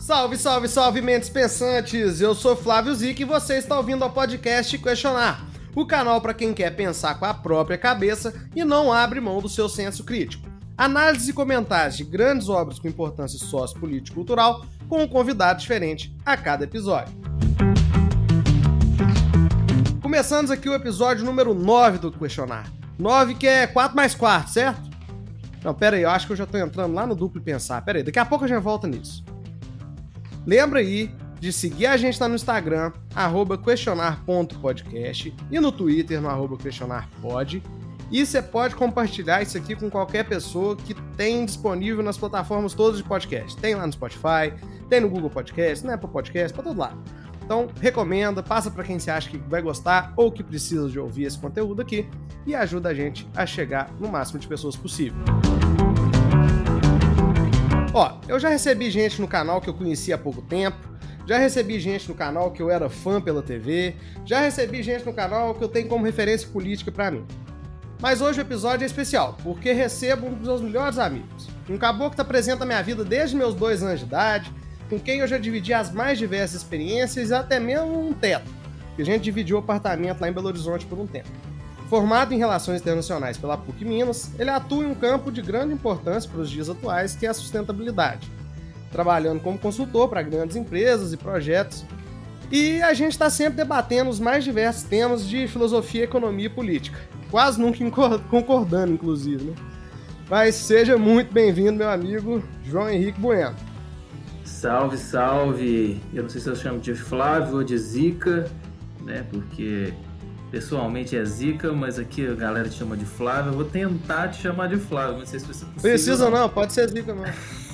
Salve, salve, salve, mentes pensantes! Eu sou Flávio Zic e você está ouvindo ao podcast Questionar, o canal para quem quer pensar com a própria cabeça e não abre mão do seu senso crítico. Análise e comentários de grandes obras com importância sociopolítico-cultural com um convidado diferente a cada episódio. Começando aqui o episódio número 9 do Questionar. 9 que é 4 mais 4, certo? Não, pera aí, eu acho que eu já tô entrando lá no duplo pensar. Pera aí, daqui a pouco eu já volto nisso. Lembra aí de seguir a gente lá no Instagram, @questionar.podcast e no Twitter, no @questionarpod. E você pode compartilhar isso aqui com qualquer pessoa que tem disponível nas plataformas todas de podcast. Tem lá no Spotify, tem no Google Podcast, no Apple Podcast, pra todo lado. Então, recomenda, passa para quem você acha que vai gostar ou que precisa de ouvir esse conteúdo aqui e ajuda a gente a chegar no máximo de pessoas possível. Ó, eu já recebi gente no canal que eu conheci há pouco tempo, já recebi gente no canal que eu era fã pela TV, já recebi gente no canal que eu tenho como referência política pra mim. Mas hoje o episódio é especial, porque recebo um dos meus melhores amigos. Um caboclo que tá presente na minha vida desde meus 2 anos de idade, com quem eu já dividi as mais diversas experiências e até mesmo um teto, que a gente dividiu o apartamento lá em Belo Horizonte por um tempo. Formado em Relações Internacionais pela PUC Minas, ele atua em um campo de grande importância para os dias atuais, que é a sustentabilidade, trabalhando como consultor para grandes empresas e projetos. E a gente está sempre debatendo os mais diversos temas de filosofia, economia e política, quase nunca concordando, inclusive, né? Mas seja muito bem-vindo, meu amigo João Henrique Bueno. Salve, salve! Eu não sei se eu chamo de Flávio ou de Zica, né? Porque pessoalmente é Zica, mas aqui a galera te chama de Flávio. Eu vou tentar te chamar de Flávio, não sei se vai ser possível. Precisa não, pode ser Zica não.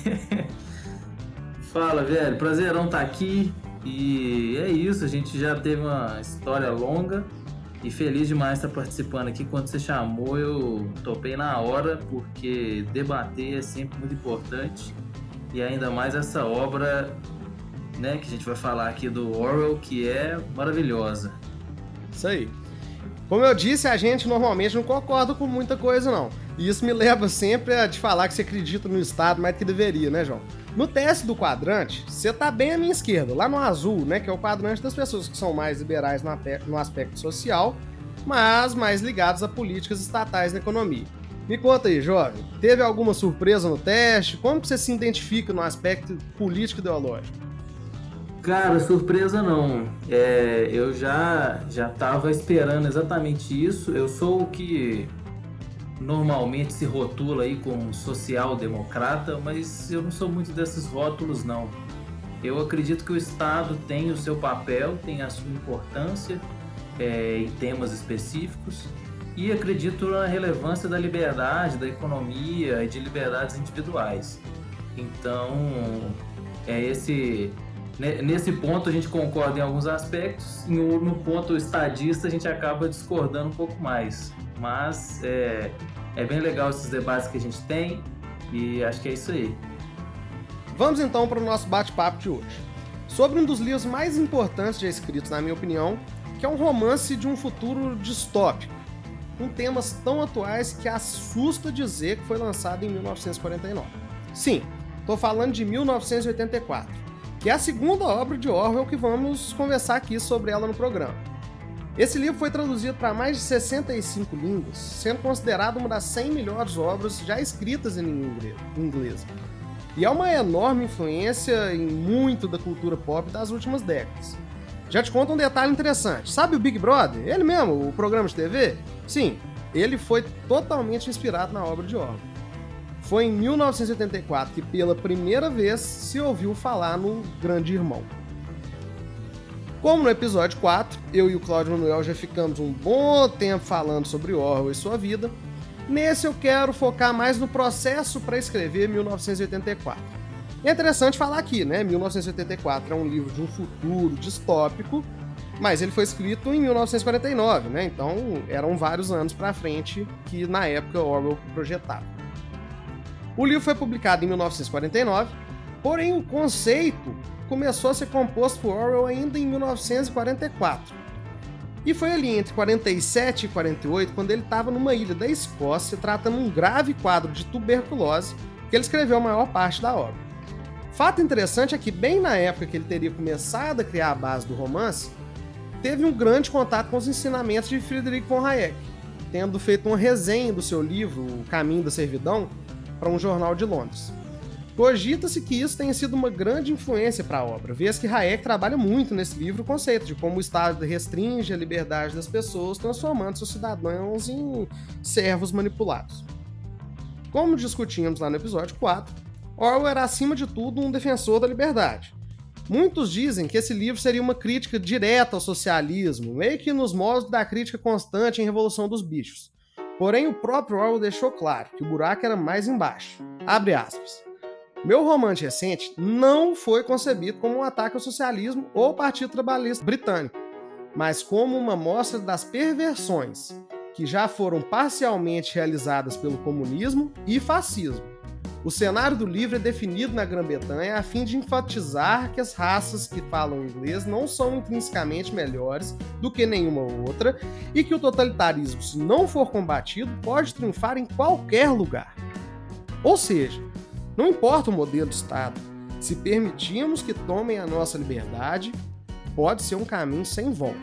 Fala, velho. Prazerão estar aqui. E é isso, a gente já teve uma história longa e feliz demais estar participando aqui. Quando você chamou, eu topei na hora, porque debater é sempre muito importante. E ainda mais essa obra, né, que a gente vai falar aqui do Orwell, que é maravilhosa. Isso aí. Como eu disse, a gente normalmente não concorda com muita coisa, não. E isso me leva sempre a te falar que você acredita no Estado mais do que deveria, né, João? No teste do quadrante, você tá bem à minha esquerda, lá no azul, né, que é o quadrante das pessoas que são mais liberais no aspecto social, mas mais ligados a políticas estatais na economia. Me conta aí, jovem, teve alguma surpresa no teste? Como que você se identifica no aspecto político-ideológico? Cara, surpresa não. Eu já estava esperando exatamente isso. Eu sou o que normalmente se rotula aí como social-democrata, mas eu não sou muito desses rótulos, não. Eu acredito que o Estado tem o seu papel, tem a sua importância em temas específicos, e acredito na relevância da liberdade, da economia e de liberdades individuais. Então, nesse ponto a gente concorda em alguns aspectos, no ponto estadista a gente acaba discordando um pouco mais. Mas é bem legal esses debates que a gente tem e acho que é isso aí. Vamos então para o nosso bate-papo de hoje. Sobre um dos livros mais importantes já escritos, na minha opinião, que é um romance de um futuro distópico, com temas tão atuais que assusta dizer que foi lançado em 1949. Sim, estou falando de 1984, que é a segunda obra de Orwell que vamos conversar aqui sobre ela no programa. Esse livro foi traduzido para mais de 65 línguas, sendo considerado uma das 100 melhores obras já escritas em língua inglesa. E é uma enorme influência em muito da cultura pop das últimas décadas. Já te conto um detalhe interessante. Sabe o Big Brother? Ele mesmo, o programa de TV? Sim, ele foi totalmente inspirado na obra de Orwell. Foi em 1984 que pela primeira vez se ouviu falar no Grande Irmão. Como no episódio 4, eu e o Cláudio Manuel já ficamos um bom tempo falando sobre Orwell e sua vida, nesse eu quero focar mais no processo para escrever 1984. É interessante falar aqui, né? 1984 é um livro de um futuro distópico, mas ele foi escrito em 1949, né? Então eram vários anos para frente que na época Orwell projetava. O livro foi publicado em 1949, porém o conceito começou a ser composto por Orwell ainda em 1944. E foi ali entre 47 e 48, quando ele estava numa ilha da Escócia, tratando um grave quadro de tuberculose, que ele escreveu a maior parte da obra. Fato interessante é que, bem na época que ele teria começado a criar a base do romance, teve um grande contato com os ensinamentos de Friedrich von Hayek, tendo feito uma resenha do seu livro, O Caminho da Servidão, para um jornal de Londres. Cogita-se que isso tenha sido uma grande influência para a obra, vez que Hayek trabalha muito nesse livro o conceito de como o Estado restringe a liberdade das pessoas, transformando seus cidadãos em servos manipulados. Como discutimos lá no episódio 4, Orwell era, acima de tudo, um defensor da liberdade. Muitos dizem que esse livro seria uma crítica direta ao socialismo, meio que nos moldes da crítica constante em Revolução dos Bichos. Porém, o próprio Orwell deixou claro que o buraco era mais embaixo. Abre aspas. Meu romance recente não foi concebido como um ataque ao socialismo ou ao Partido Trabalhista Britânico, mas como uma mostra das perversões que já foram parcialmente realizadas pelo comunismo e fascismo. O cenário do livro é definido na Grã-Bretanha a fim de enfatizar que as raças que falam inglês não são intrinsecamente melhores do que nenhuma outra e que o totalitarismo, se não for combatido, pode triunfar em qualquer lugar. Ou seja, não importa o modelo de Estado, se permitirmos que tomem a nossa liberdade, pode ser um caminho sem volta.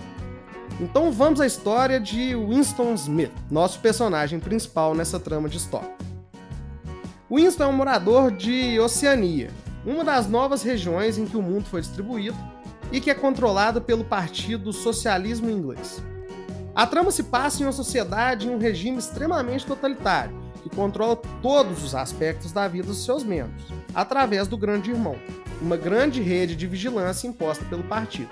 Então vamos à história de Winston Smith, nosso personagem principal nessa trama distópica. Winston é um morador de Oceania, uma das novas regiões em que o mundo foi distribuído e que é controlada pelo Partido Socialismo Inglês. A trama se passa em uma sociedade em um regime extremamente totalitário, que controla todos os aspectos da vida dos seus membros, através do Grande Irmão, uma grande rede de vigilância imposta pelo partido.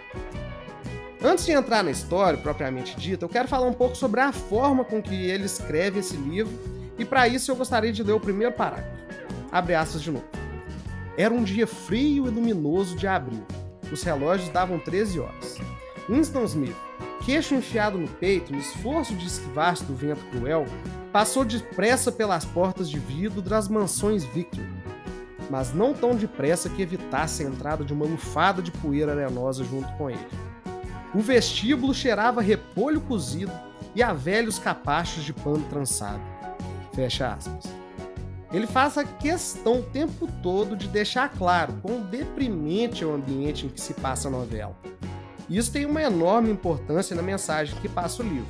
Antes de entrar na história propriamente dita, eu quero falar um pouco sobre a forma com que ele escreve esse livro, e para isso eu gostaria de ler o primeiro parágrafo. Abre aspas de novo. Era um dia frio e luminoso de abril. Os relógios davam 13 horas. Winston Smith, queixo enfiado no peito, no esforço de esquivar-se do vento cruel, passou depressa pelas portas de vidro das mansões Victor, mas não tão depressa que evitasse a entrada de uma lufada de poeira arenosa junto com ele. O vestíbulo cheirava a repolho cozido e a velhos capachos de pano trançado. Fecha aspas. Ele faz a questão o tempo todo de deixar claro quão deprimente é o ambiente em que se passa a novela. Isso tem uma enorme importância na mensagem que passa o livro.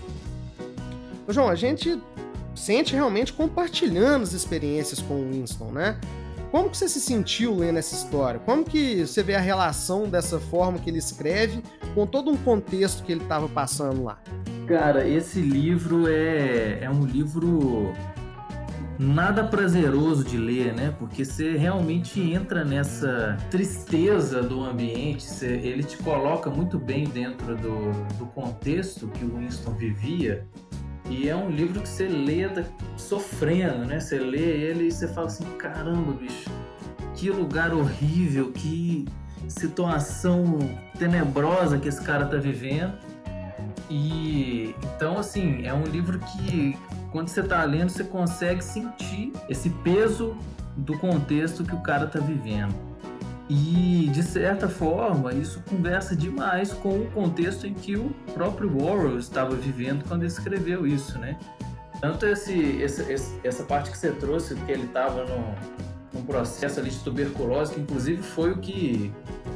Ô, João, a gente sente realmente compartilhando as experiências com o Winston, né? Como que você se sentiu lendo essa história? Como que você vê a relação dessa forma que ele escreve com todo um contexto que ele estava passando lá? Cara, esse livro é um livro nada prazeroso de ler, né? Porque você realmente entra nessa tristeza do ambiente, ele te coloca muito bem dentro do contexto que o Winston vivia. E é um livro que você lê sofrendo, né? Você lê ele e você fala assim, caramba, bicho, que lugar horrível, que situação tenebrosa que esse cara tá vivendo. E então, assim, é um livro que quando você tá lendo, você consegue sentir esse peso do contexto que o cara tá vivendo. E, de certa forma, isso conversa demais com o contexto em que o próprio Orwell estava vivendo quando ele escreveu isso, né? Tanto essa parte que você trouxe, que ele estava num processo ali de tuberculose, que inclusive foi o que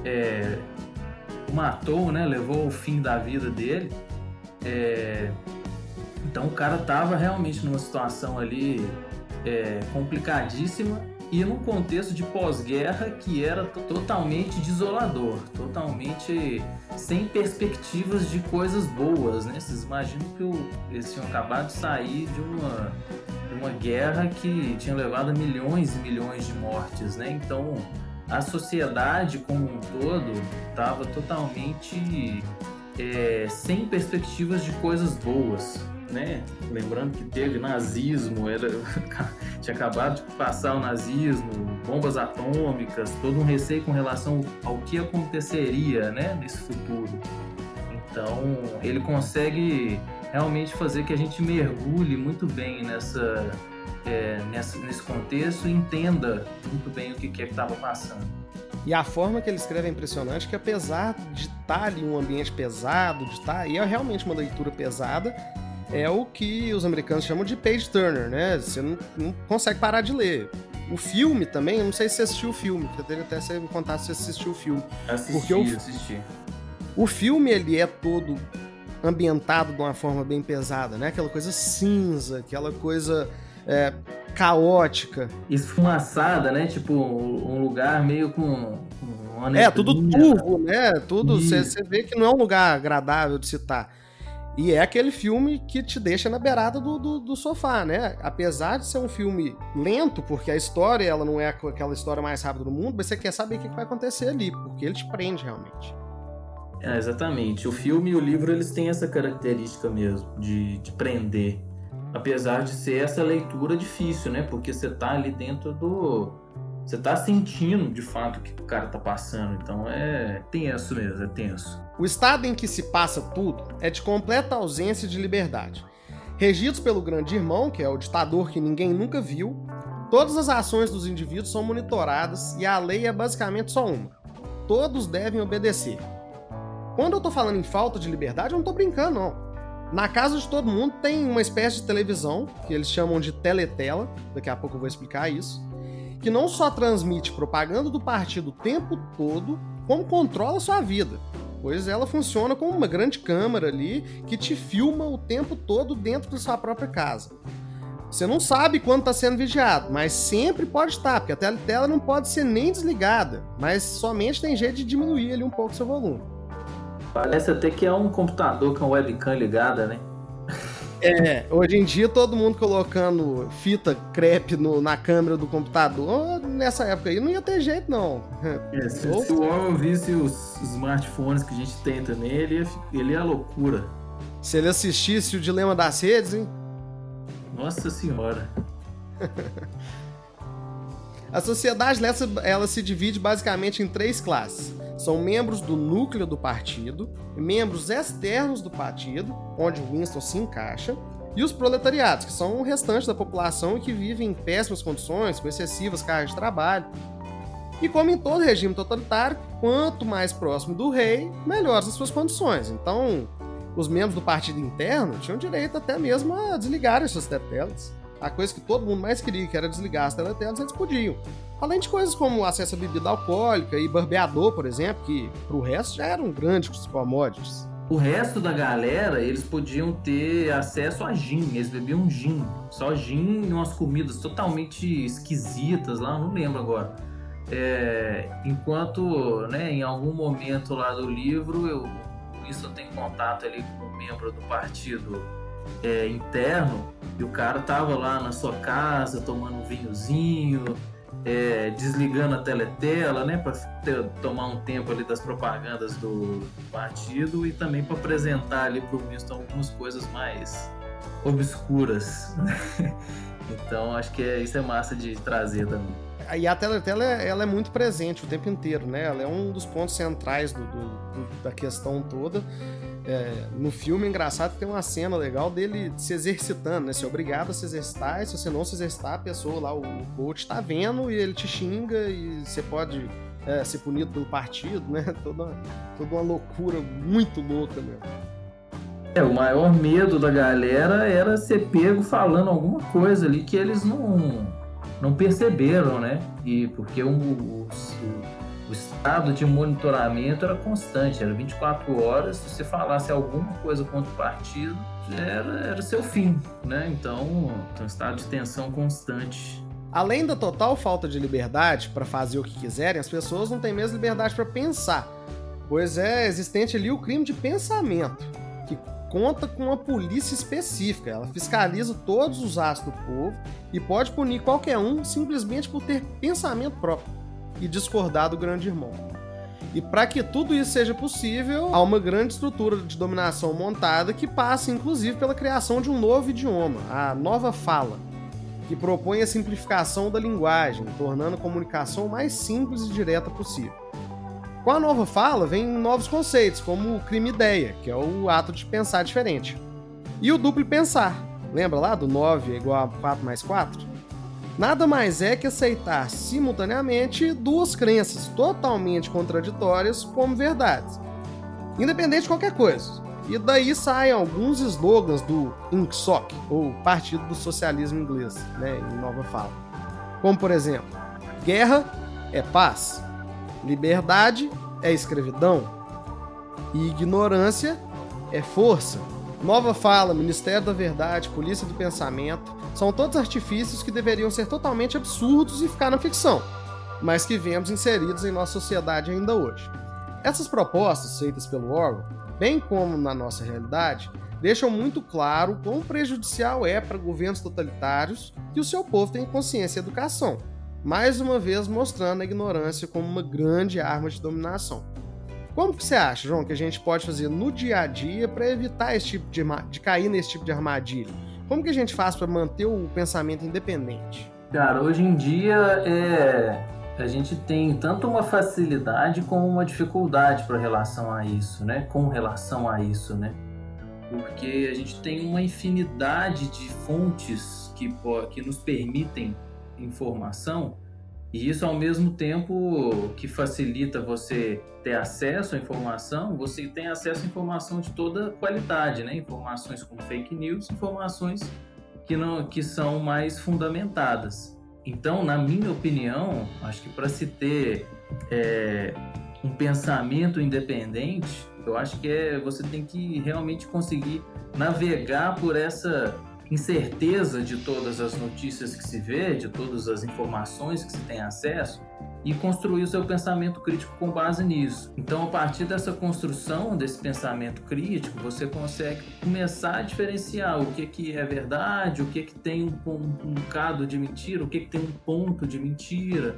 o matou, né? Levou ao fim da vida dele. Então o cara estava realmente numa situação ali complicadíssima e num contexto de pós-guerra que era totalmente desolador, totalmente sem perspectivas de coisas boas, né? Vocês imaginam que eles tinham acabado de sair de uma guerra que tinha levado a milhões e milhões de mortes, né? Então a sociedade como um todo estava totalmente sem perspectivas de coisas boas, né? Lembrando que teve nazismo, tinha acabado de passar o nazismo, bombas atômicas, todo um receio com relação ao que aconteceria, né, nesse futuro. Então ele consegue realmente fazer que a gente mergulhe muito bem nesse contexto e entenda muito bem o que estava passando. E a forma que ele escreve é impressionante, que apesar de estar ali um ambiente pesado, e é realmente uma leitura pesada, é o que os americanos chamam de page turner, né? Você não consegue parar de ler. O filme também, eu não sei se você assistiu o filme, poderia até você me contar se você assistiu o filme. Assisti. O filme, ele é todo ambientado de uma forma bem pesada, né? Aquela coisa cinza, aquela coisa caótica. Esfumaçada, né? Tipo, um lugar meio com uma tudo turvo, né? Tudo, você vê que não é um lugar agradável de se estar. E é aquele filme que te deixa na beirada do sofá, né? Apesar de ser um filme lento, porque a história ela não é aquela história mais rápida do mundo, mas você quer saber o que vai acontecer ali, porque ele te prende realmente. Exatamente. O filme e o livro, eles têm essa característica mesmo, de prender. Apesar de ser essa leitura difícil, né? Porque você tá ali dentro você tá sentindo, de fato, o que o cara tá passando. Então é tenso mesmo, é tenso. O estado em que se passa tudo é de completa ausência de liberdade. Regidos pelo grande irmão, que é o ditador que ninguém nunca viu, todas as ações dos indivíduos são monitoradas e a lei é basicamente só uma. Todos devem obedecer. Quando eu tô falando em falta de liberdade, eu não tô brincando, não. Na casa de todo mundo tem uma espécie de televisão, que eles chamam de teletela, daqui a pouco eu vou explicar isso, que não só transmite propaganda do partido o tempo todo, como controla a sua vida, pois ela funciona como uma grande câmera ali que te filma o tempo todo dentro da sua própria casa. Você não sabe quando está sendo vigiado, mas sempre pode estar, porque a teletela não pode ser nem desligada, mas somente tem jeito de diminuir ali um pouco o seu volume. Parece até que é um computador com webcam ligada, né? Hoje em dia todo mundo colocando fita crepe na câmera do computador, nessa época aí não ia ter jeito não. Se o Orwell visse os smartphones que a gente tem também, ele é a loucura. Se ele assistisse o Dilema das Redes, hein? Nossa senhora. A sociedade ela se divide basicamente em 3 classes. São membros do núcleo do partido, membros externos do partido, onde o Winston se encaixa, e os proletariados, que são o restante da população e que vivem em péssimas condições, com excessivas cargas de trabalho. E como em todo regime totalitário, quanto mais próximo do rei, melhores as suas condições. Então, os membros do partido interno tinham direito até mesmo a desligar as suas teletelas. A coisa que todo mundo mais queria, que era desligar as teletelas, eles podiam. Além de coisas como acesso a bebida alcoólica e barbeador, por exemplo, que pro resto já eram grandes commodities. O resto da galera, eles podiam ter acesso a gin, eles bebiam gin. Só gin e umas comidas totalmente esquisitas lá, não lembro agora. Enquanto, né, em algum momento lá do livro, eu tenho contato ali com um membro do partido interno, e o cara tava lá na sua casa tomando um vinhozinho, desligando a teletela, né, para tomar um tempo ali das propagandas do partido e também para apresentar ali pro Winston algumas coisas mais obscuras. Então acho que isso é massa de trazer também. E a teletela ela é muito presente o tempo inteiro, né? Ela é um dos pontos centrais da questão toda. No filme é engraçado que tem uma cena legal dele se exercitando, né? Você é obrigado a se exercitar, e se você não se exercitar, a pessoa lá, o coach, tá vendo e ele te xinga e você pode ser punido pelo partido, né? Toda uma loucura muito louca mesmo. O maior medo da galera era ser pego falando alguma coisa ali que eles não perceberam, né? E porque o estado de monitoramento era constante, era 24 horas, se você falasse alguma coisa contra o partido, era seu fim, né? Então, um estado de tensão constante. Além da total falta de liberdade para fazer o que quiserem, as pessoas não têm mesmo liberdade para pensar, pois é existente ali o crime de pensamento, que conta com uma polícia específica. Ela fiscaliza todos os atos do povo e pode punir qualquer um simplesmente por ter pensamento próprio e discordar do grande irmão. E para que tudo isso seja possível, há uma grande estrutura de dominação montada que passa inclusive pela criação de um novo idioma, a nova fala, que propõe a simplificação da linguagem, tornando a comunicação o mais simples e direta possível. Com a nova fala, vem novos conceitos, como o crime-ideia, que é o ato de pensar diferente. E o duplo pensar, lembra lá do 9 é igual a 4 mais 4? Nada mais é que aceitar simultaneamente duas crenças totalmente contraditórias como verdades, independente de qualquer coisa. E daí saem alguns slogans do INCSOC, ou Partido do Socialismo Inglês, né, em nova fala. como por exemplo, guerra é paz, liberdade é escravidão e ignorância é força. Nova fala, Ministério da Verdade, Polícia do Pensamento, são todos artifícios que deveriam ser totalmente absurdos e ficar na ficção, mas que vemos inseridos em nossa sociedade ainda hoje. Essas propostas feitas pelo Orwell, bem como na nossa realidade, deixam muito claro quão prejudicial é para governos totalitários que o seu povo tem consciência e educação, mais uma vez mostrando a ignorância como uma grande arma de dominação. Como que você acha, João, que a gente pode fazer no dia a dia para evitar esse tipo de cair nesse tipo de armadilha? Como que a gente faz para manter o pensamento independente? Cara, hoje em dia a gente tem tanto uma facilidade como uma dificuldade com relação a isso, né? Porque a gente tem uma infinidade de fontes que nos permitem informação, e isso, ao mesmo tempo que facilita você ter acesso à informação, você tem acesso à informação de toda qualidade, né? Informações com fake news, informações que são mais fundamentadas. Então, na minha opinião, acho que para se ter um pensamento independente, eu acho que você tem que realmente conseguir navegar por essa incerteza de todas as notícias que se vê, de todas as informações que se tem acesso, e construir o seu pensamento crítico com base nisso. Então, a partir dessa construção desse pensamento crítico, você consegue começar a diferenciar o que é verdade, o que tem um cado de mentira, o que tem um ponto de mentira.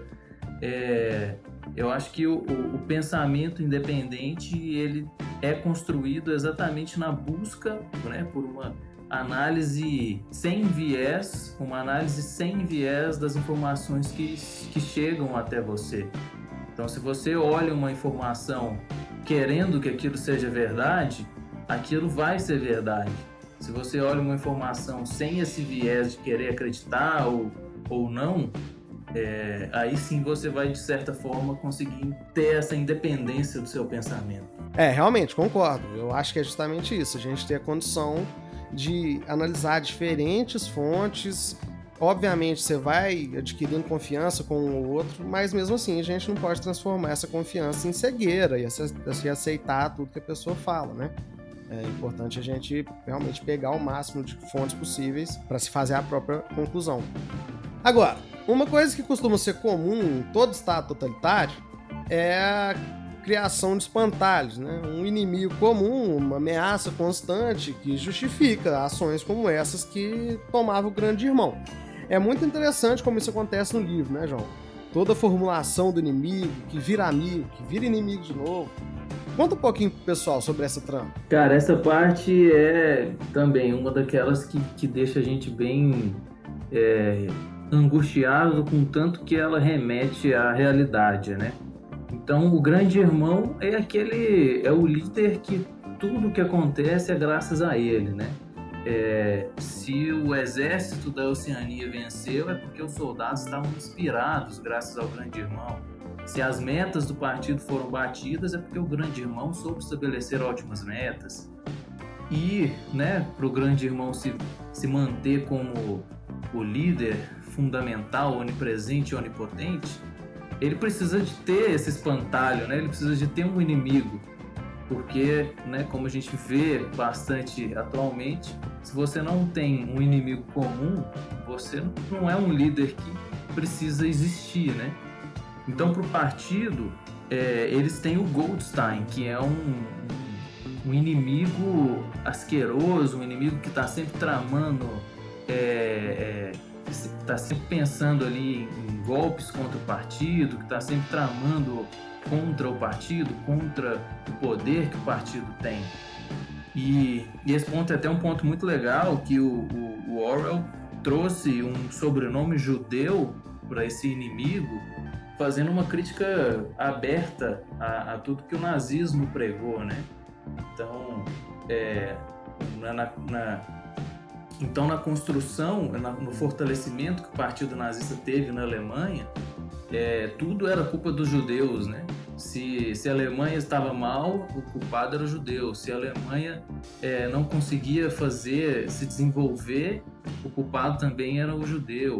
Eu acho que o pensamento independente ele é construído exatamente na busca, né, por uma análise sem viés, das informações que chegam até você. Então, se você olha uma informação querendo que aquilo seja verdade, aquilo vai ser verdade. Se você olha uma informação sem esse viés de querer acreditar ou não, aí sim você vai, de certa forma, conseguir ter essa independência do seu pensamento. Realmente, concordo. Eu acho que é justamente isso. A gente ter a condição de analisar diferentes fontes. Obviamente você vai adquirindo confiança com um ou outro, mas mesmo assim a gente não pode transformar essa confiança em cegueira e aceitar tudo que a pessoa fala, né? É importante a gente realmente pegar o máximo de fontes possíveis para se fazer a própria conclusão. Agora, uma coisa que costuma ser comum em todo estado totalitário é a criação de espantalhos, né? Um inimigo comum, uma ameaça constante que justifica ações como essas que tomava o Grande Irmão. É muito interessante como isso acontece no livro, né, João? Toda a formulação do inimigo, que vira amigo, que vira inimigo de novo. Conta um pouquinho pro pessoal sobre essa trama. Cara, essa parte é também uma daquelas que deixa a gente bem angustiado com tanto que ela remete à realidade, né? Então, o Grande Irmão é o líder que tudo que acontece é graças a ele, né? Se o exército da Oceania venceu, é porque os soldados estavam inspirados graças ao Grande Irmão. Se as metas do partido foram batidas, é porque o Grande Irmão soube estabelecer ótimas metas. E, né, para o Grande Irmão se manter como o líder fundamental, onipresente e onipotente, ele precisa de ter esse espantalho, né? Ele precisa de ter um inimigo. Porque, né, como a gente vê bastante atualmente, se você não tem um inimigo comum, você não é um líder que precisa existir, né? Então, para o partido, eles têm o Goldstein, que é um inimigo asqueroso, um inimigo que está sempre tramando, está sempre pensando ali em golpes contra o partido, que está sempre tramando contra o partido, contra o poder que o partido tem. E esse ponto é até um ponto muito legal, que o Orwell trouxe um sobrenome judeu para esse inimigo, fazendo uma crítica aberta a tudo que o nazismo pregou, né? Então, na construção, no fortalecimento que o Partido Nazista teve na Alemanha, tudo era culpa dos judeus, né? Se a Alemanha estava mal, o culpado era o judeu. Se a Alemanha não conseguia se desenvolver, o culpado também era o judeu. O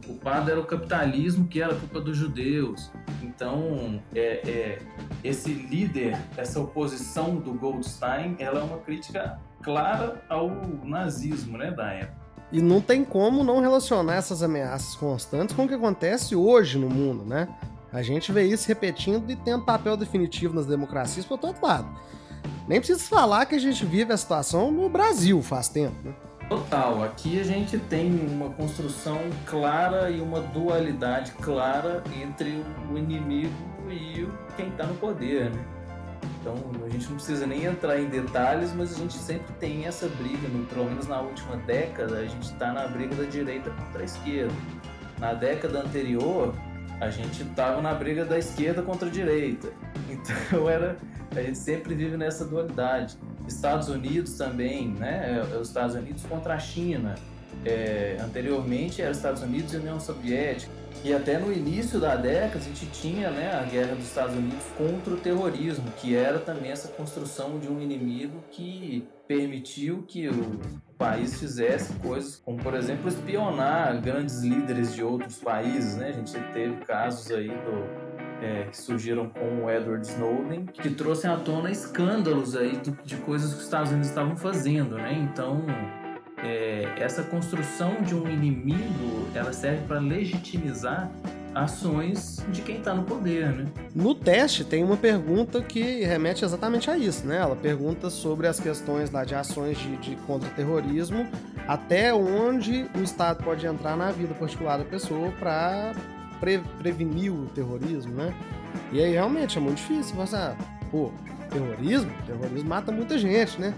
culpado era o capitalismo, que era culpa dos judeus. Então, esse líder, essa oposição do Goldstein, ela é uma crítica clara ao nazismo, né, da época. E não tem como não relacionar essas ameaças constantes com o que acontece hoje no mundo, né? A gente vê isso repetindo e tendo papel definitivo nas democracias por todo lado. Nem preciso falar que a gente vive a situação no Brasil faz tempo, né? Total, aqui a gente tem uma construção clara e uma dualidade clara entre o inimigo e quem está no poder, né? Então a gente não precisa nem entrar em detalhes, mas a gente sempre tem essa briga, pelo menos na última década, a gente está na briga da direita contra a esquerda. Na década anterior, a gente estava na briga da esquerda contra a direita. Então a gente sempre vive nessa dualidade. Estados Unidos também, né? Os Estados Unidos contra a China. Anteriormente era Estados Unidos e União Soviética. E até no início da década a gente tinha, né, a guerra dos Estados Unidos contra o terrorismo, que era também essa construção de um inimigo que permitiu que o país fizesse coisas como, por exemplo, espionar grandes líderes de outros países, né? A gente teve casos aí que surgiram com o Edward Snowden, que trouxe à tona escândalos aí de coisas que os Estados Unidos estavam fazendo, né? Então, essa construção de um inimigo, ela serve para legitimizar ações de quem está no poder, né? No teste tem uma pergunta que remete exatamente a isso, né? Ela pergunta sobre as questões lá de ações de contra-terrorismo, até onde o Estado pode entrar na vida particular da pessoa para prevenir o terrorismo, né? E aí realmente é muito difícil pensar, terrorismo mata muita gente, né?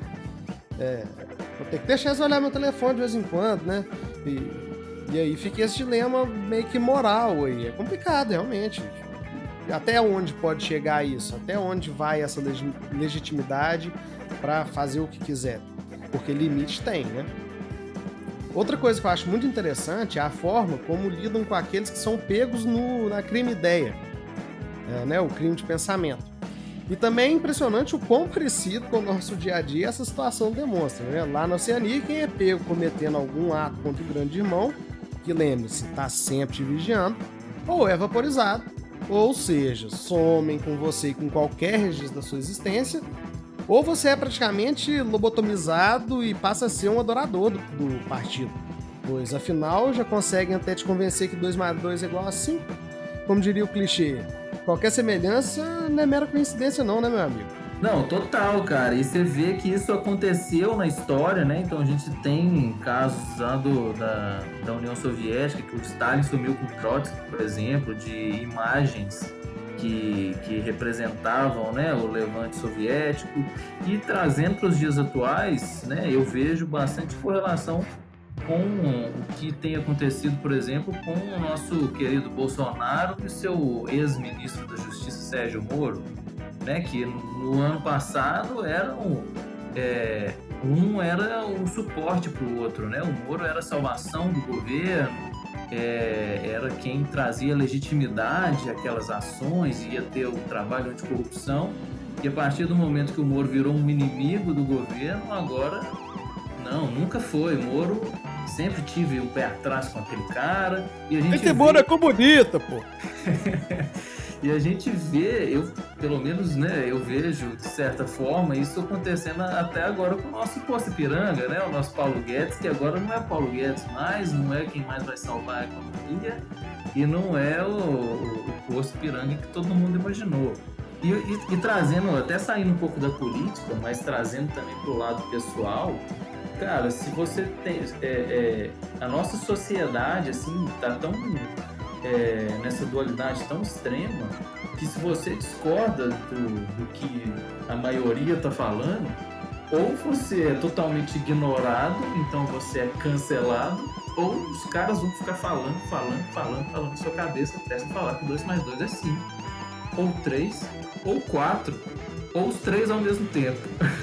Vou ter que deixar de olhar meu telefone de vez em quando, né? E aí fica esse dilema meio que moral aí. É complicado, realmente. Até onde pode chegar isso? Até onde vai essa legitimidade para fazer o que quiser? Porque limite tem, né? Outra coisa que eu acho muito interessante é a forma como lidam com aqueles que são pegos na crime-ideia, né? O crime de pensamento. E também é impressionante o quão parecido com o nosso dia a dia essa situação demonstra, né? Lá na Oceania, quem é pego cometendo algum ato contra o grande irmão, que lembre-se, está sempre te vigiando, ou é vaporizado, ou seja, somem com você e com qualquer registro da sua existência, ou você é praticamente lobotomizado e passa a ser um adorador do partido, pois afinal já conseguem até te convencer que 2 mais 2 é igual a 5. Como diria o clichê, qualquer semelhança não é mera coincidência não, né, meu amigo? Não, total, cara. E você vê que isso aconteceu na história, né? Então a gente tem casos lá da União Soviética, que o Stalin sumiu com o Trotsky, por exemplo, de imagens que representavam, né, o levante soviético. E trazendo para os dias atuais, né, eu vejo bastante correlação com o que tem acontecido, por exemplo, com o nosso querido Bolsonaro e seu ex-ministro da Justiça, Sérgio Moro, né, que no ano passado um era um suporte para o outro, né? O Moro era a salvação do governo, era quem trazia legitimidade àquelas ações, ia ter o trabalho anticorrupção, e a partir do momento que o Moro virou um inimigo do governo, agora não, nunca foi. Moro sempre tive o pé atrás com aquele cara. E a gente Moro é comunista, pô! E a gente vê, pelo menos, né, eu vejo, de certa forma, isso acontecendo até agora com o nosso Poço Ipiranga, né? O nosso Paulo Guedes, que agora não é Paulo Guedes mais, não é quem mais vai salvar a economia, e não é o Poço Ipiranga que todo mundo imaginou. E trazendo, até saindo um pouco da política, mas trazendo também para o lado pessoal, cara, se você tem... a nossa sociedade, assim, tá tão... nessa dualidade tão extrema, que se você discorda do que a maioria tá falando, ou você é totalmente ignorado, então você é cancelado, ou os caras vão ficar falando na sua cabeça até você falar que 2 mais 2 é 5, ou 3, ou 4, ou os 3 ao mesmo tempo.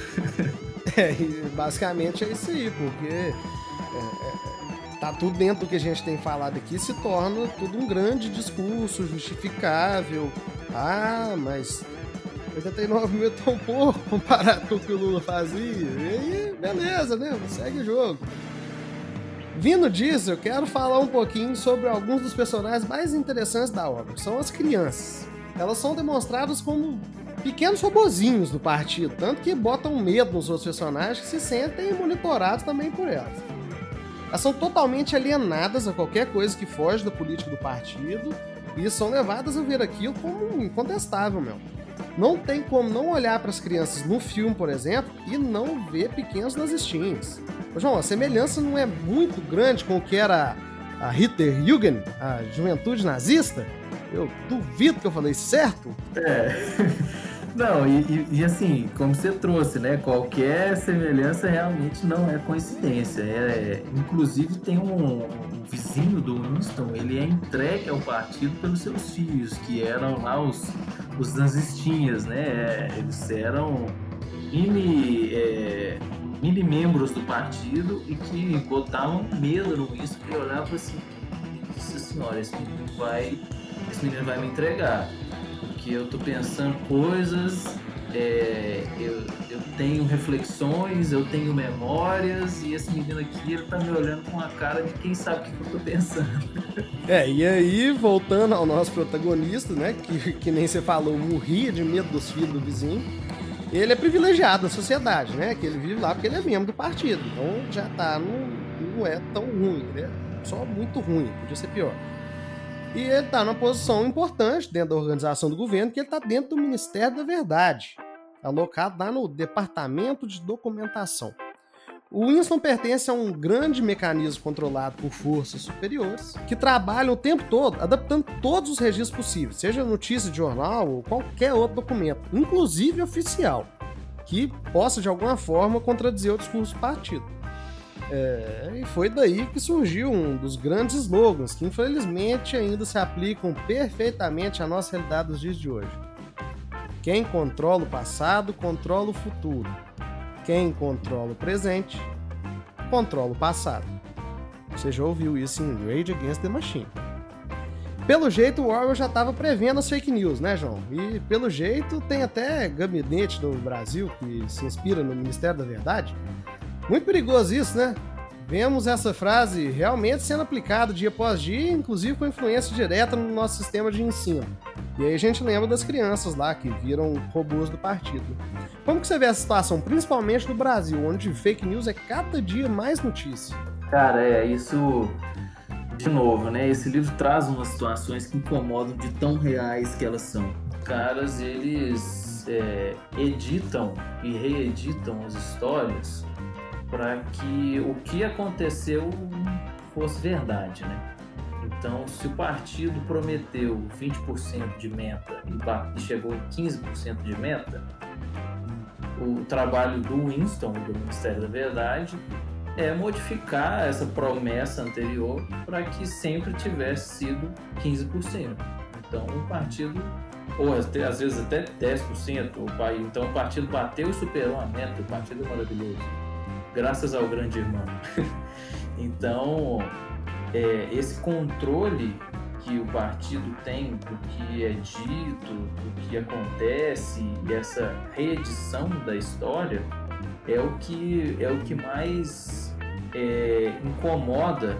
Basicamente é isso aí, porque tá tudo dentro do que a gente tem falado aqui, se torna tudo um grande discurso justificável. Mas 89 mil é tão pouco comparado com o que o Lula fazia. E aí, beleza, né? Segue o jogo. Vindo disso, eu quero falar um pouquinho sobre alguns dos personagens mais interessantes da obra, que são as crianças. Elas são demonstradas como pequenos robozinhos do partido, tanto que botam medo nos outros personagens que se sentem monitorados também por elas. Elas são totalmente alienadas a qualquer coisa que foge da política do partido e são levadas a ver aquilo como incontestável, meu. Não tem como não olhar para as crianças no filme, por exemplo, e não ver pequenos nazistinhos. João, a semelhança não é muito grande com o que era a Hitlerjugend, a juventude nazista? Eu duvido que eu falei certo. Não, e assim, como você trouxe, né? Qualquer semelhança realmente não é coincidência. Inclusive tem um vizinho do Winston, ele é entregue ao partido pelos seus filhos, que eram lá os nazistinhas, né? Eles eram mini membros do partido e que botavam medo no Winston, que olhava assim, nossa senhora, esse menino vai me entregar. Que eu tô pensando coisas, eu tenho reflexões, eu tenho memórias, e esse menino aqui, ele tá me olhando com a cara de quem sabe o que eu tô pensando. E aí, voltando ao nosso protagonista, né, que nem você falou, morria de medo dos filhos do vizinho, ele é privilegiado na sociedade, né, que ele vive lá porque ele é membro do partido, então já tá, não é tão ruim, ele é só muito ruim, podia ser pior. E ele está numa posição importante dentro da organização do governo, que ele está dentro do Ministério da Verdade, alocado lá no Departamento de Documentação. O Winston pertence a um grande mecanismo controlado por forças superiores, que trabalham o tempo todo, adaptando todos os registros possíveis, seja notícia de jornal ou qualquer outro documento, inclusive oficial, que possa de alguma forma contradizer o discurso do partido. E foi daí que surgiu um dos grandes slogans que infelizmente ainda se aplicam perfeitamente à nossa realidade dos dias de hoje. Quem controla o passado, controla o futuro. Quem controla o presente, controla o passado. Você já ouviu isso em Rage Against the Machine. Pelo jeito, o Orwell já estava prevendo as fake news, né, João? E pelo jeito, tem até gabinete no Brasil que se inspira no Ministério da Verdade. Muito perigoso isso, né? Vemos essa frase realmente sendo aplicada dia após dia, inclusive com influência direta no nosso sistema de ensino. E aí a gente lembra das crianças lá que viram robôs do partido. Como que você vê essa situação, principalmente no Brasil, onde fake news é cada dia mais notícia? Cara, isso... De novo, né? Esse livro traz umas situações que incomodam de tão reais que elas são. Caras, eles editam e reeditam as histórias para que o que aconteceu fosse verdade, né? Então, se o partido prometeu 20% de meta e chegou em 15% de meta, o trabalho do Winston, do Ministério da Verdade, é modificar essa promessa anterior para que sempre tivesse sido 15%. Então, o partido, ou às vezes até 10%, então o partido bateu e superou a meta, o partido é maravilhoso. Graças ao grande irmão. Então, esse controle que o partido tem do que é dito, do que acontece, e essa reedição da história é o que mais incomoda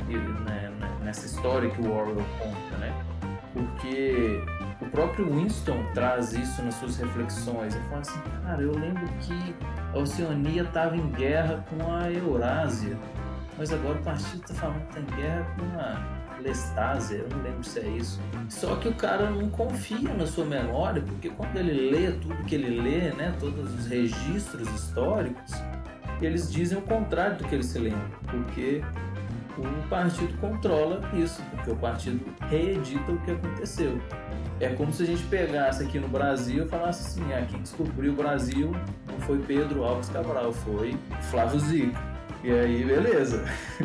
nessa história que o Orwell conta, né? Porque o próprio Winston traz isso nas suas reflexões. Ele fala assim, cara, eu lembro que a Oceania estava em guerra com a Eurásia, mas agora o partido está falando que está em guerra com a Lestásia, eu não lembro se é isso. Só que o cara não confia na sua memória, porque quando ele lê tudo que ele lê, né, todos os registros históricos, eles dizem o contrário do que ele se lembra, porque o partido controla isso, porque o partido reedita o que aconteceu. É como se a gente pegasse aqui no Brasil e falasse assim, quem descobriu o Brasil não foi Pedro Álvares Cabral, foi Flávio Zico. E aí, beleza.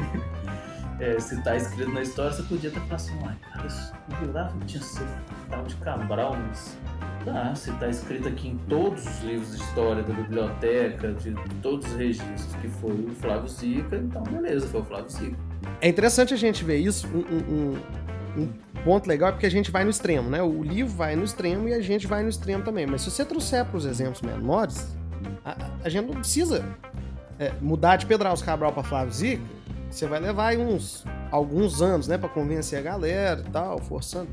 Se tá escrito na história, você podia estar falando assim, cara, isso não jurava que tinha sido tal de Cabral, mas se tá escrito aqui em todos os livros de história da biblioteca, de todos os registros, que foi o Flávio Zico, então beleza, foi o Flávio Zico. É interessante a gente ver isso, um ponto legal é porque a gente vai no extremo, né? O livro vai no extremo e a gente vai no extremo também, mas se você trouxer para os exemplos menores, a gente não precisa mudar de Pedro Álvares Cabral para Flávio Zico, Você vai levar aí alguns anos, né, para convencer a galera e tal, forçando.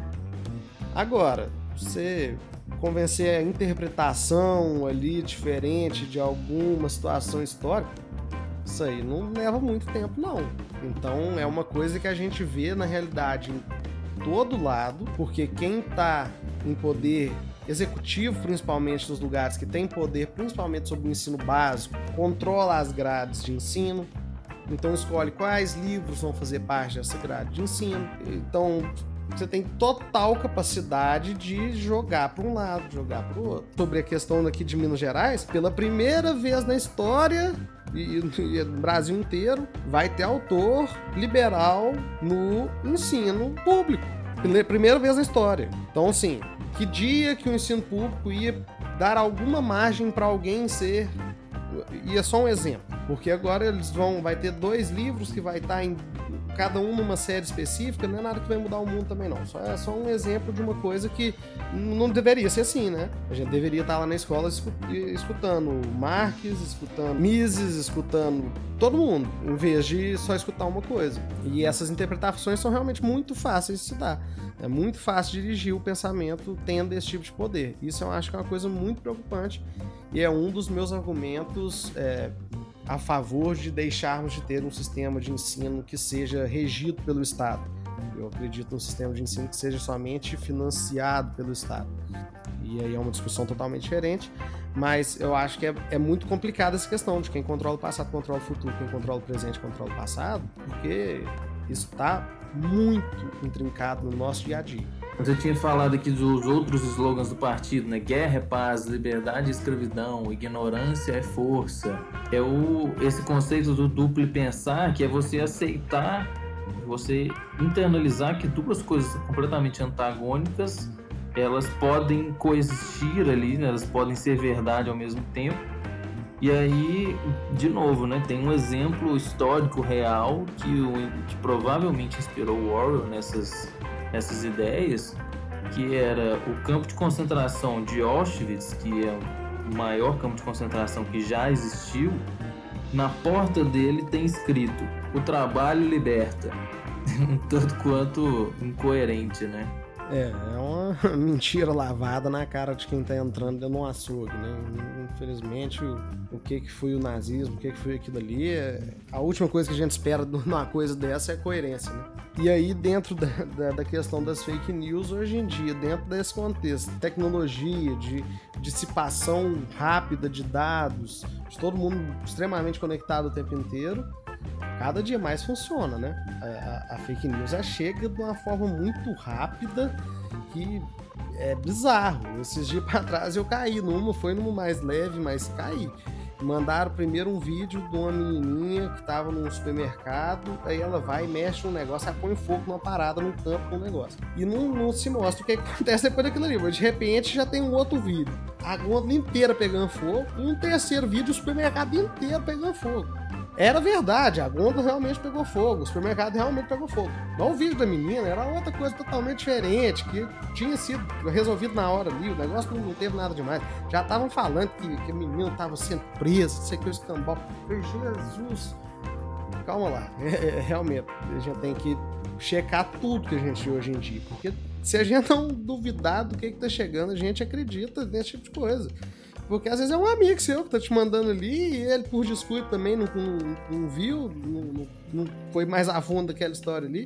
Agora, você convencer a interpretação ali diferente de alguma situação histórica, isso aí não leva muito tempo, não. Então é uma coisa que a gente vê na realidade em todo lado, porque quem tá em poder executivo, principalmente nos lugares que tem poder, principalmente sobre o ensino básico, controla as grades de ensino, então escolhe quais livros vão fazer parte dessa grade de ensino. Então você tem total capacidade de jogar para um lado, jogar para o outro. Sobre a questão daqui de Minas Gerais, pela primeira vez na história e no Brasil inteiro, vai ter autor liberal no ensino público. Pela primeira vez na história. Então, assim, que dia que o ensino público ia dar alguma margem para alguém ser... E é só um exemplo, porque agora vai ter 2 livros que vai estar em cada um numa série específica, não é nada que vai mudar o mundo também não, é só um exemplo de uma coisa que não deveria ser assim, né? A gente deveria estar lá na escola escutando Marx, escutando Mises, escutando todo mundo, em vez de só escutar uma coisa. E essas interpretações são realmente muito fáceis de se dar. É muito fácil dirigir o pensamento tendo esse tipo de poder. Isso eu acho que é uma coisa muito preocupante e é um dos meus argumentos a favor de deixarmos de ter um sistema de ensino que seja regido pelo Estado. Eu acredito num sistema de ensino que seja somente financiado pelo Estado. E aí é uma discussão totalmente diferente, mas eu acho que é muito complicada essa questão de quem controla o passado, controla o futuro, quem controla o presente, controla o passado, porque isso está muito intrincado no nosso dia a dia. Você tinha falado aqui dos outros slogans do partido, né? Guerra é paz, liberdade é escravidão, ignorância é força. Esse conceito do duplo pensar, que é você aceitar, você internalizar que duas coisas completamente antagônicas, elas podem coexistir ali, né? Elas podem ser verdade ao mesmo tempo. E aí, de novo, né, tem um exemplo histórico real que provavelmente inspirou o Orwell nessas ideias, que era o campo de concentração de Auschwitz, que é o maior campo de concentração que já existiu. Na porta dele tem escrito: o trabalho liberta. Um tanto quanto incoerente, né? É uma mentira lavada na cara de quem tá entrando dentro de um açougue, né? Infelizmente, o que foi o nazismo, o que foi aquilo ali, a última coisa que a gente espera numa coisa dessa é coerência, né? E aí, dentro da questão das fake news, hoje em dia, dentro desse contexto, tecnologia, de dissipação rápida de dados, de todo mundo extremamente conectado o tempo inteiro, cada dia mais funciona, né? A fake news chega de uma forma muito rápida que é bizarro. Esses dias pra trás eu caí foi numa mais leve, mas caí. Mandaram primeiro um vídeo de uma menininha que tava num supermercado, aí ela vai e mexe um negócio, ela põe fogo numa parada no campo com um negócio. E não se mostra o que acontece depois daquilo ali, mas de repente já tem um outro vídeo. A gôndola inteira pegando fogo, e um terceiro vídeo, o supermercado inteiro pegando fogo. Era verdade, a gôndola realmente pegou fogo, o supermercado realmente pegou fogo. Não o vídeo da menina, era outra coisa totalmente diferente, que tinha sido resolvido na hora ali, o negócio não teve nada demais. Já estavam falando que a menina estava sendo presa, isso aqui é o escambau. Jesus, calma lá, realmente, a gente tem que checar tudo que a gente vê hoje em dia, porque se a gente não duvidar do que está chegando, a gente acredita nesse tipo de coisa. Porque às vezes é um amigo seu que tá te mandando ali e ele, por descuido também, não viu, não foi mais a fundo daquela história ali.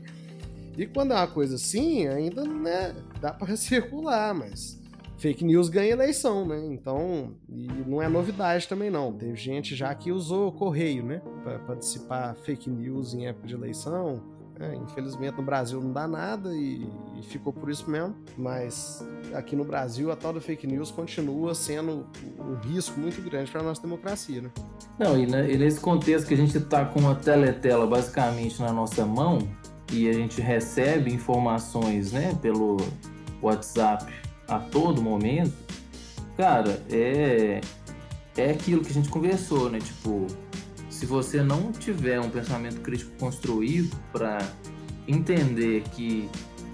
E quando é uma coisa assim, ainda, né, dá para circular, mas fake news ganha eleição, né? Então, e não é novidade também não. Teve gente já que usou correio, né, para dissipar fake news em época de eleição. Infelizmente no Brasil não dá nada e ficou por isso mesmo, mas aqui no Brasil a tal da fake news continua sendo um risco muito grande para a nossa democracia, né? Não, e nesse contexto que a gente está com uma teletela basicamente na nossa mão e a gente recebe informações, né, pelo WhatsApp a todo momento, cara, é aquilo que a gente conversou, né, tipo... Se você não tiver um pensamento crítico construído para entender que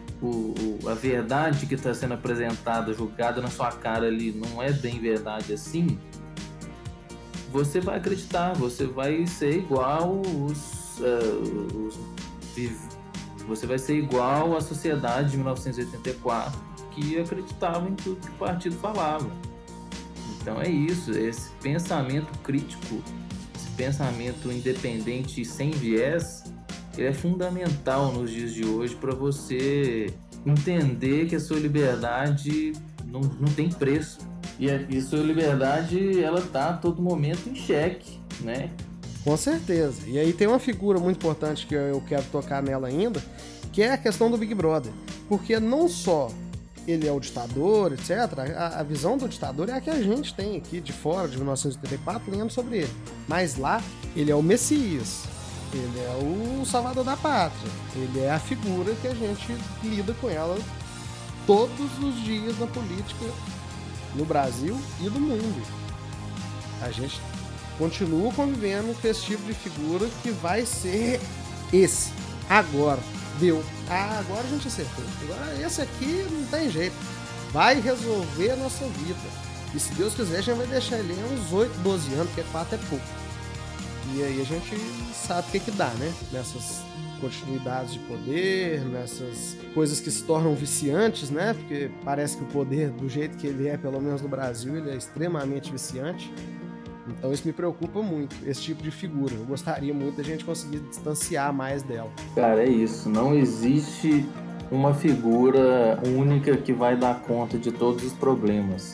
a verdade que está sendo apresentada, julgada na sua cara ali, não é bem verdade assim, você vai acreditar, você vai ser igual você vai ser igual à sociedade de 1984, que acreditava em tudo que o partido falava. Então é isso, esse pensamento crítico, esse pensamento independente e sem viés, ele é fundamental nos dias de hoje para você entender que a sua liberdade não tem preço. E a sua liberdade, ela está a todo momento em xeque, né? Com certeza. E aí tem uma figura muito importante que eu quero tocar nela ainda, que é a questão do Big Brother. Porque não só ele é o ditador, etc., a visão do ditador é a que a gente tem aqui de fora, de 1984, lendo sobre ele. Mas lá, ele é o Messias. Ele é o salvador da pátria. Ele é a figura que a gente lida com ela todos os dias na política no Brasil e no mundo. A gente continua convivendo com esse tipo de figura que vai ser esse. Agora, deu. Agora a gente acertou. Agora esse aqui não tem jeito. Vai resolver a nossa vida. E se Deus quiser, a gente vai deixar ele uns 8, 12 anos, porque 4 é pouco. E aí a gente sabe o que dá, né? Nessas continuidades de poder, nessas coisas que se tornam viciantes, né? Porque parece que o poder, do jeito que ele é, pelo menos no Brasil, ele é extremamente viciante. Então isso me preocupa muito, esse tipo de figura. Eu gostaria muito da gente conseguir distanciar mais dela. Cara, é isso. Não existe uma figura única que vai dar conta de todos os problemas.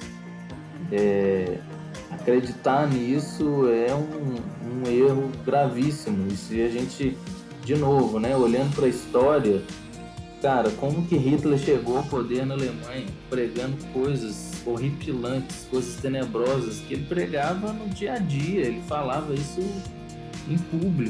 Acreditar nisso é um erro gravíssimo. E se a gente, de novo, né, olhando para a história, cara, como que Hitler chegou ao poder na Alemanha, pregando coisas horripilantes, coisas tenebrosas que ele pregava no dia a dia, ele falava isso em público.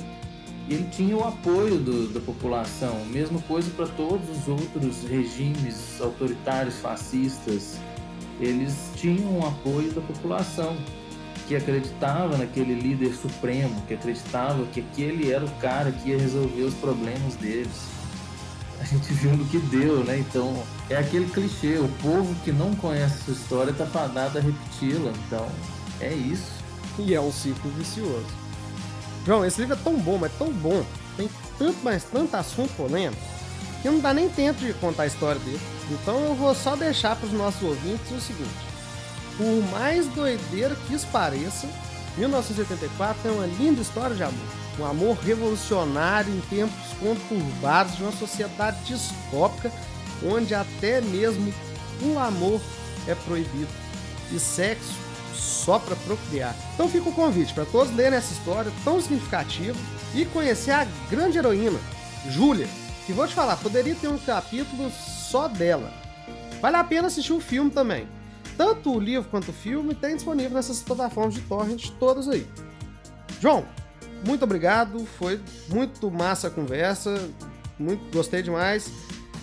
E ele tinha o apoio da população, mesma coisa para todos os outros regimes autoritários, fascistas. Eles tinham o apoio da população, que acreditava naquele líder supremo, que acreditava que aquele era o cara que ia resolver os problemas deles. A gente viu no que deu, né? Então, é aquele clichê, o povo que não conhece essa história tá fadado a repeti-la. Então, é isso. E é um ciclo vicioso. João, esse livro é tão bom, mas tão bom. Tem tanto assunto polêmico, que não dá nem tempo de contar a história dele. Então eu vou só deixar para os nossos ouvintes o seguinte. Por mais doideira que isso pareça, 1984 é uma linda história de amor. Um amor revolucionário em tempos conturbados de uma sociedade distópica, onde até mesmo o amor é proibido e sexo só para procriar. Então fica o convite para todos lerem essa história tão significativa e conhecer a grande heroína, Júlia, que vou te falar, poderia ter um capítulo só dela. Vale a pena assistir o filme também. Tanto o livro quanto o filme tem disponível nessas plataformas de torrent todas aí. João, muito obrigado, foi muito massa a conversa, gostei demais.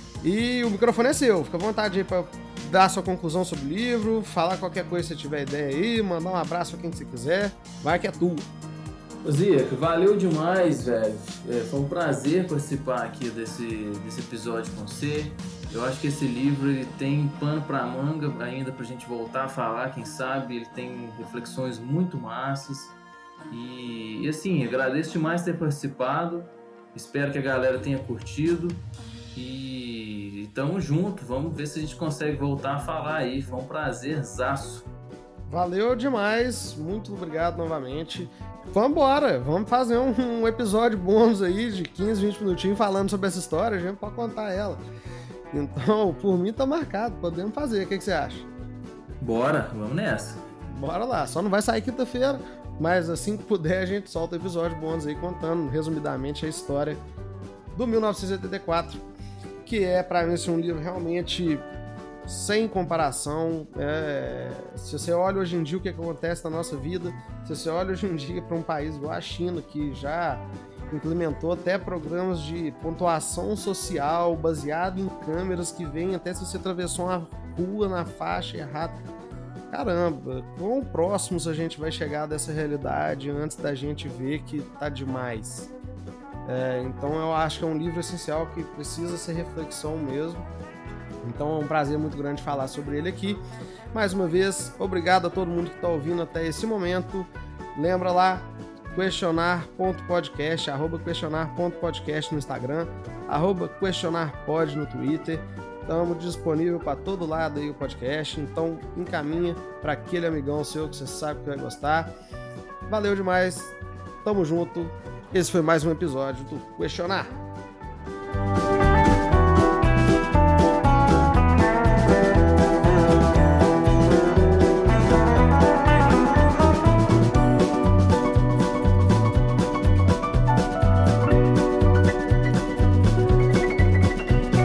E o microfone é seu, fica à vontade aí para dar sua conclusão sobre o livro, falar qualquer coisa se você tiver ideia aí, mandar um abraço para quem você quiser, vai que é tua. Zica, valeu demais, velho. Foi um prazer participar aqui desse episódio com você. Eu acho que esse livro ele tem pano pra manga ainda pra gente voltar a falar, quem sabe. Ele tem reflexões muito massas. E assim, agradeço demais ter participado. Espero que a galera tenha curtido. E tamo junto, vamos ver se a gente consegue voltar a falar aí. Foi um prazerzaço. Valeu demais, muito obrigado novamente. Vambora, vamos fazer um episódio bônus aí de 15, 20 minutinhos falando sobre essa história, a gente pode contar ela. Então, por mim tá marcado, podemos fazer, o que você acha? Bora, vamos nessa. Bora lá, só não vai sair quinta-feira, mas assim que puder a gente solta o episódio bônus aí contando resumidamente a história do 1984, que é pra mim um livro realmente sem comparação. Se você olha hoje em dia o que acontece na nossa vida, se você olha hoje em dia para um país igual a China, que já implementou até programas de pontuação social baseado em câmeras que veem até se você atravessou uma rua na faixa errada. Caramba, quão próximos a gente vai chegar dessa realidade antes da gente ver que tá demais. Então eu acho que é um livro essencial que precisa ser reflexão mesmo. Então é um prazer muito grande falar sobre ele aqui. Mais uma vez, obrigado a todo mundo que está ouvindo até esse momento. Lembra lá, questionar.podcast, @questionar.podcast no Instagram, @questionarpod no Twitter. Estamos disponíveis para todo lado aí o podcast, então encaminha para aquele amigão seu que você sabe que vai gostar. Valeu demais, tamo junto. Esse foi mais um episódio do Questionar.